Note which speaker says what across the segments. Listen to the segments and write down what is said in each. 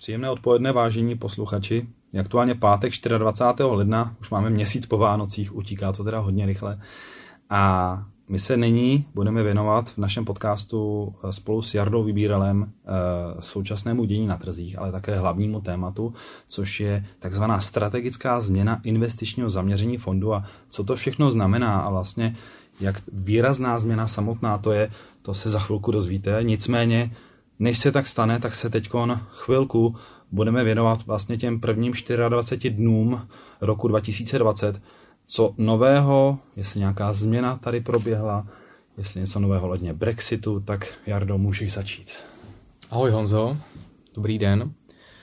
Speaker 1: Příjemné odpoledne, vážení posluchači. Je aktuálně pátek 24. ledna, už máme měsíc po Vánocích, utíká to teda hodně rychle. A my se nyní budeme věnovat v našem podcastu spolu s Jardou Vybíralem současnému dění na trzích, ale také hlavnímu tématu, což je takzvaná strategická změna investičního zaměření fondu a co to všechno znamená a vlastně jak výrazná změna samotná to je, to se za chvilku dozvíte. Nicméně, než se tak stane, tak se teďkon chvilku budeme věnovat vlastně těm prvním 24 dnům roku 2020. Co nového, jestli nějaká změna tady proběhla, jestli něco nového ohledně Brexitu, tak Jardo, můžeš začít.
Speaker 2: Ahoj Honzo, dobrý den.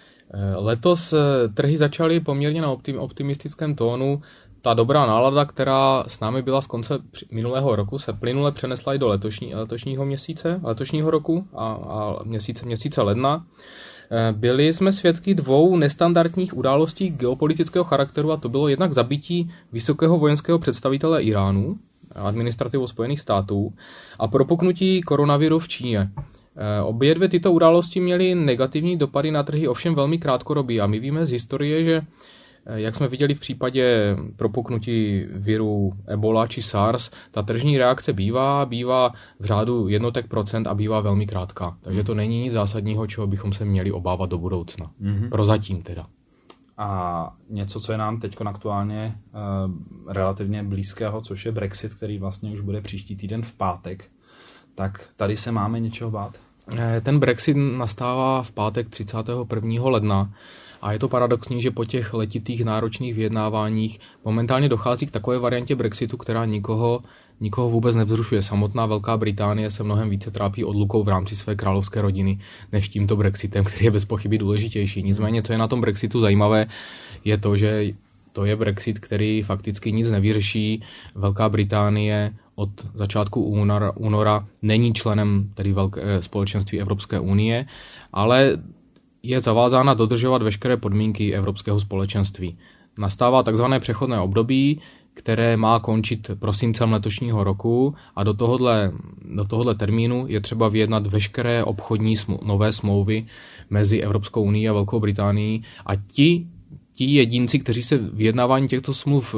Speaker 2: Letos trhy začaly poměrně na optimistickém tónu. Ta dobrá nálada, která s námi byla z konce minulého roku, se plynule přenesla i do letošního roku a měsíce ledna. Byli jsme svědky dvou nestandardních událostí geopolitického charakteru a to bylo jednak zabití vysokého vojenského představitele Iránu, administrativou Spojených států, a propuknutí koronaviru v Číně. Obě dvě tyto události měly negativní dopady na trhy, ovšem velmi krátkodobý a my víme z historie, že jak jsme viděli v případě propuknutí viru Ebola či SARS, ta tržní reakce bývá v řádu jednotek procent a bývá velmi krátká. Takže to není nic zásadního, čeho bychom se měli obávat do budoucna. Prozatím teda.
Speaker 1: A něco, co je nám teď aktuálně relativně blízkého, což je Brexit, který vlastně už bude příští týden v pátek, tak tady se máme něčeho bát?
Speaker 2: Ten Brexit nastává v pátek 31. ledna. A je to paradoxní, že po těch letitých náročných vyjednáváních momentálně dochází k takové variantě Brexitu, která nikoho vůbec nevzrušuje. Samotná Velká Británie se mnohem více trápí odlukou v rámci své královské rodiny, než tímto Brexitem, který je bez pochyby důležitější. Nicméně, co je na tom Brexitu zajímavé, je to, že to je Brexit, který fakticky nic nevyřeší. Velká Británie od začátku února není členem tedy společenství Evropské unie, ale je zavázána dodržovat veškeré podmínky Evropského společenství. Nastává takzvané přechodné období, které má končit prosincem letošního roku a do tohohle termínu je třeba vyjednat veškeré obchodní nové smlouvy mezi Evropskou unií a Velkou Británií a ti jedinci, kteří se vyjednávání těchto smluv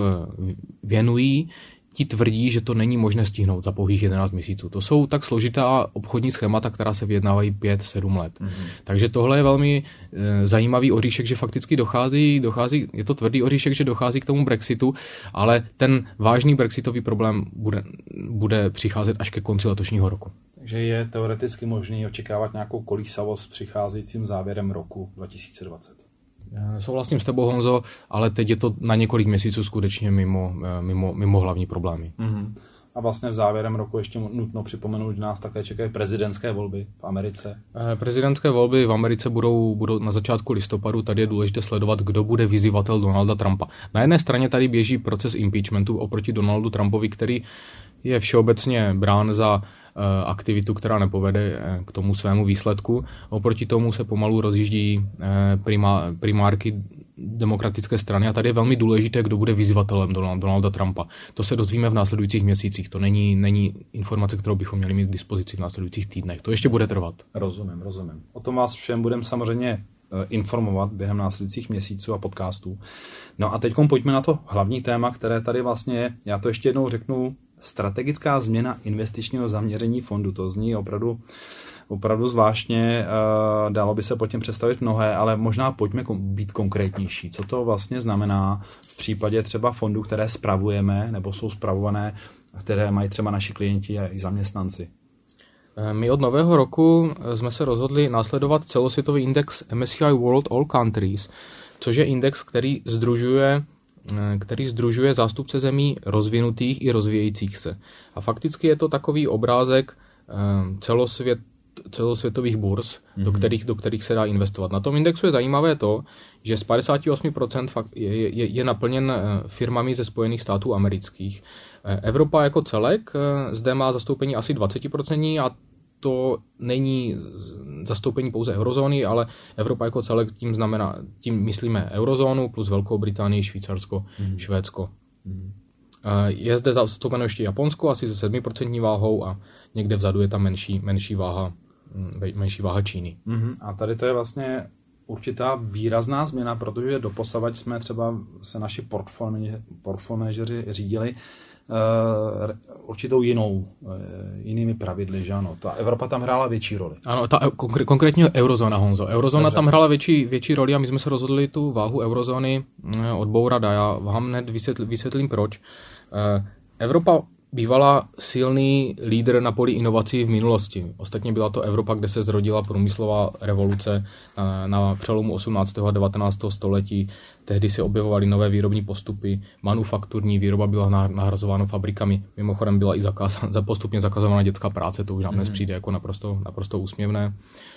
Speaker 2: věnují, ti tvrdí, že to není možné stihnout za pouhých 11 měsíců. To jsou tak složitá obchodní schémata, která se vyjednávají 5-7 let. Takže tohle je velmi zajímavý oříšek, že fakticky dochází, je to tvrdý oříšek, že dochází k tomu Brexitu, ale ten vážný brexitový problém bude přicházet až ke konci letošního roku.
Speaker 1: Takže je teoreticky možný očekávat nějakou kolísavost s přicházejícím závěrem roku 2020.
Speaker 2: Souhlasím s tebou, Honzo, ale teď je to na několik měsíců skutečně mimo hlavní problémy.
Speaker 1: A vlastně v závěrem roku ještě nutno připomenout, že nás také čekají prezidentské volby v Americe.
Speaker 2: Prezidentské volby v Americe budou na začátku listopadu. Tady je důležité sledovat, kdo bude vyzývatel Donalda Trumpa. Na jedné straně tady běží proces impeachmentu oproti Donaldu Trumpovi, který je všeobecně brán za aktivitu, která nepovede k tomu svému výsledku. Oproti tomu se pomalu rozjíždí primárky demokratické strany a tady je velmi důležité, kdo bude vyzývatelem Donalda Trumpa. To se dozvíme v následujících měsících. To není informace, kterou bychom měli mít k dispozici v následujících týdnech. To ještě bude trvat.
Speaker 1: Rozumím. O tom vás všem budeme samozřejmě informovat během následujících měsíců a podcastů. No a teď pojďme na to hlavní téma, které tady vlastně je. Já to ještě jednou řeknu. Strategická změna investičního zaměření fondu. To zní opravdu zvláštně, dalo by se pod tím představit mnohé, ale možná pojďme být konkrétnější. Co to vlastně znamená v případě třeba fondů, které spravujeme nebo jsou spravované, které mají třeba naši klienti a i zaměstnanci?
Speaker 2: My od nového roku jsme se rozhodli následovat celosvětový index MSCI World All Countries, což je index, který sdružuje zástupce zemí rozvinutých i rozvíjejících se. A fakticky je to takový obrázek celosvětových burz, do kterých se dá investovat. Na tom indexu je zajímavé to, že z 58% je naplněn firmami ze Spojených států amerických. Evropa jako celek zde má zastoupení asi 20% a to není zastoupení pouze eurozóny, ale Evropa jako celek tím myslíme eurozónu plus Velkou Británii, Švýcarsko, Švédsko. Je zde zastoupeno ještě Japonsko asi se 7% váhou a někde vzadu je tam menší váha Číny.
Speaker 1: A tady to je vlastně určitá výrazná změna, protože doposavad jsme třeba se naši portfolmanažeři řídili určitou jinými pravidly, že ano. Ta Evropa tam hrála větší roli.
Speaker 2: Ano, konkrétně eurozóna, Honzo. Eurozóna tam hrála větší roli a my jsme se rozhodli tu váhu eurozóny odbourat a já vám hned vysvětlím proč. Evropa bývala silný lídr na poli inovací v minulosti. Ostatně byla to Evropa, kde se zrodila průmyslová revoluce na přelomu 18. a 19. století. Tehdy se objevovaly nové výrobní postupy, manufakturní výroba byla nahrazována fabrikami. Mimochodem byla i postupně zakazována dětská práce, to už nám dnes přijde jako naprosto úsměvné.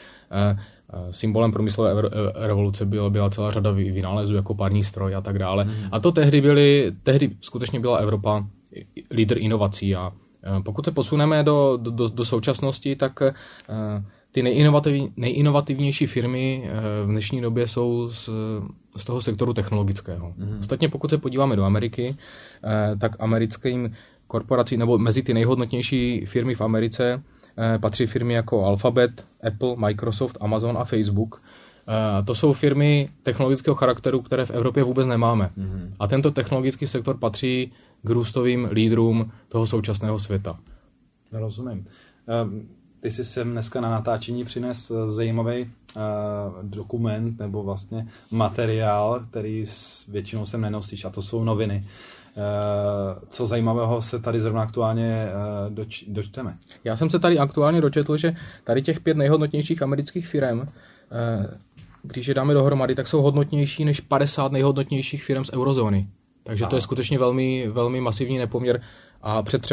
Speaker 2: Symbolem průmyslové revoluce byla celá řada vynálezů, jako parní stroj a tak dále. A to tehdy skutečně byla Evropa lídr inovací. A pokud se posuneme do současnosti, tak ty nejinovativnější firmy v dnešní době jsou z toho sektoru technologického. Ostatně pokud se podíváme do Ameriky, tak americkým korporacím nebo mezi ty nejhodnotnější firmy v Americe patří firmy jako Alphabet, Apple, Microsoft, Amazon a Facebook. To jsou firmy technologického charakteru, které v Evropě vůbec nemáme. A tento technologický sektor patří k růstovým lídrům toho současného světa.
Speaker 1: Rozumím. Ty jsi sem dneska na natáčení přines zajímavý dokument nebo vlastně materiál, který většinou sem nenosíš, a to jsou noviny. Co zajímavého se tady zrovna aktuálně dočteme?
Speaker 2: Já jsem se tady aktuálně dočetl, že tady těch 5 nejhodnotnějších amerických firm, když je dáme dohromady, tak jsou hodnotnější než 50 nejhodnotnějších firm z eurozóny. Takže to je skutečně velmi, velmi masivní nepoměr. A před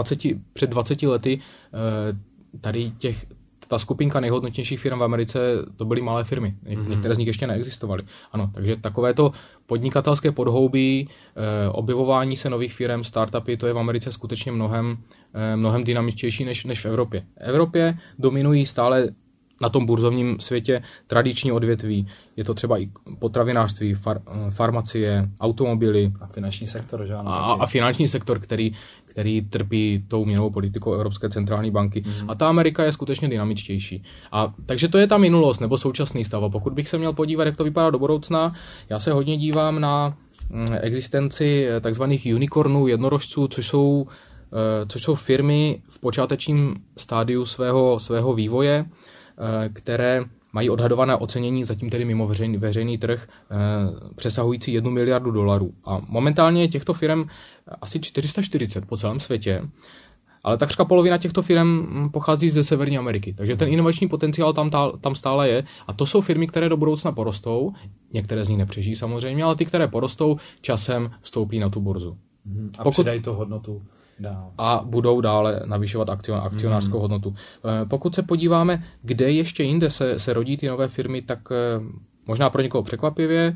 Speaker 2: 20 lety tady ta skupinka nejhodnotnějších firm v Americe, to byly malé firmy. Některé z nich ještě neexistovaly. Ano, takže takovéto podnikatelské podhoubí, objevování se nových firm, startupy, to je v Americe skutečně mnohem dynamičtější než v Evropě. V Evropě dominují stále na tom burzovním světě tradiční odvětví. Je to třeba i potravinářství, farmacie, automobily.
Speaker 1: A finanční sektor, že ano?
Speaker 2: A finanční sektor, který trpí tou měnovou politikou Evropské centrální banky. A ta Amerika je skutečně dynamičtější. Takže to je ta minulost nebo současný stav. A pokud bych se měl podívat, jak to vypadá do budoucna, já se hodně dívám na existenci takzvaných unicornů, jednorožců, což jsou firmy v počátečním stádiu svého vývoje, které mají odhadované ocenění, zatím tedy mimo veřejný trh, přesahující $1 miliardu. A momentálně je těchto firm asi 440 po celém světě, ale takřka polovina těchto firm pochází ze Severní Ameriky. Takže ten inovační potenciál tam stále je. A to jsou firmy, které do budoucna porostou. Některé z nich nepřežijí samozřejmě, ale ty, které porostou, časem vstoupí na tu burzu.
Speaker 1: A přidají to hodnotu dál.
Speaker 2: A budou dále navyšovat akcionářskou hodnotu. Pokud se podíváme, kde ještě jinde se rodí ty nové firmy, tak možná pro někoho překvapivě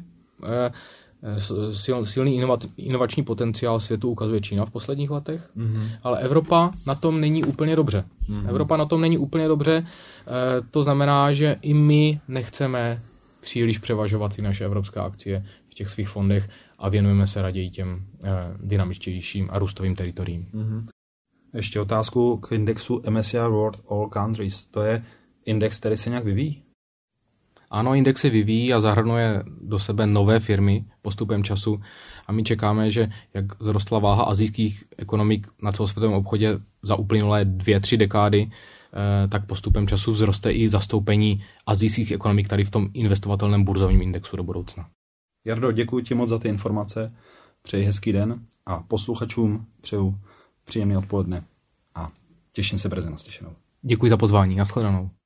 Speaker 2: silný inovační potenciál světu ukazuje Čína v posledních letech, ale Evropa na tom není úplně dobře. Evropa na tom není úplně dobře, to znamená, že i my nechceme příliš převažovat ty naše evropské akcie v těch svých fondech a věnujeme se raději těm dynamičtějším a růstovým teritoriím.
Speaker 1: Ještě otázku k indexu MSCI World All Countries. To je index, který se nějak vyvíjí?
Speaker 2: Ano, index se vyvíjí a zahrnuje do sebe nové firmy postupem času a my čekáme, že jak vzrostla váha asijských ekonomik na celosvětovém obchodě za uplynulé 2-3 dekády, tak postupem času vzroste i zastoupení asijských ekonomik tady v tom investovatelném burzovním indexu do budoucna.
Speaker 1: Jardo, děkuji ti moc za ty informace, přeji hezký den a posluchačům přeju příjemné odpoledne a těším se brzy naslyšenou.
Speaker 2: Děkuji za pozvání, nashledanou.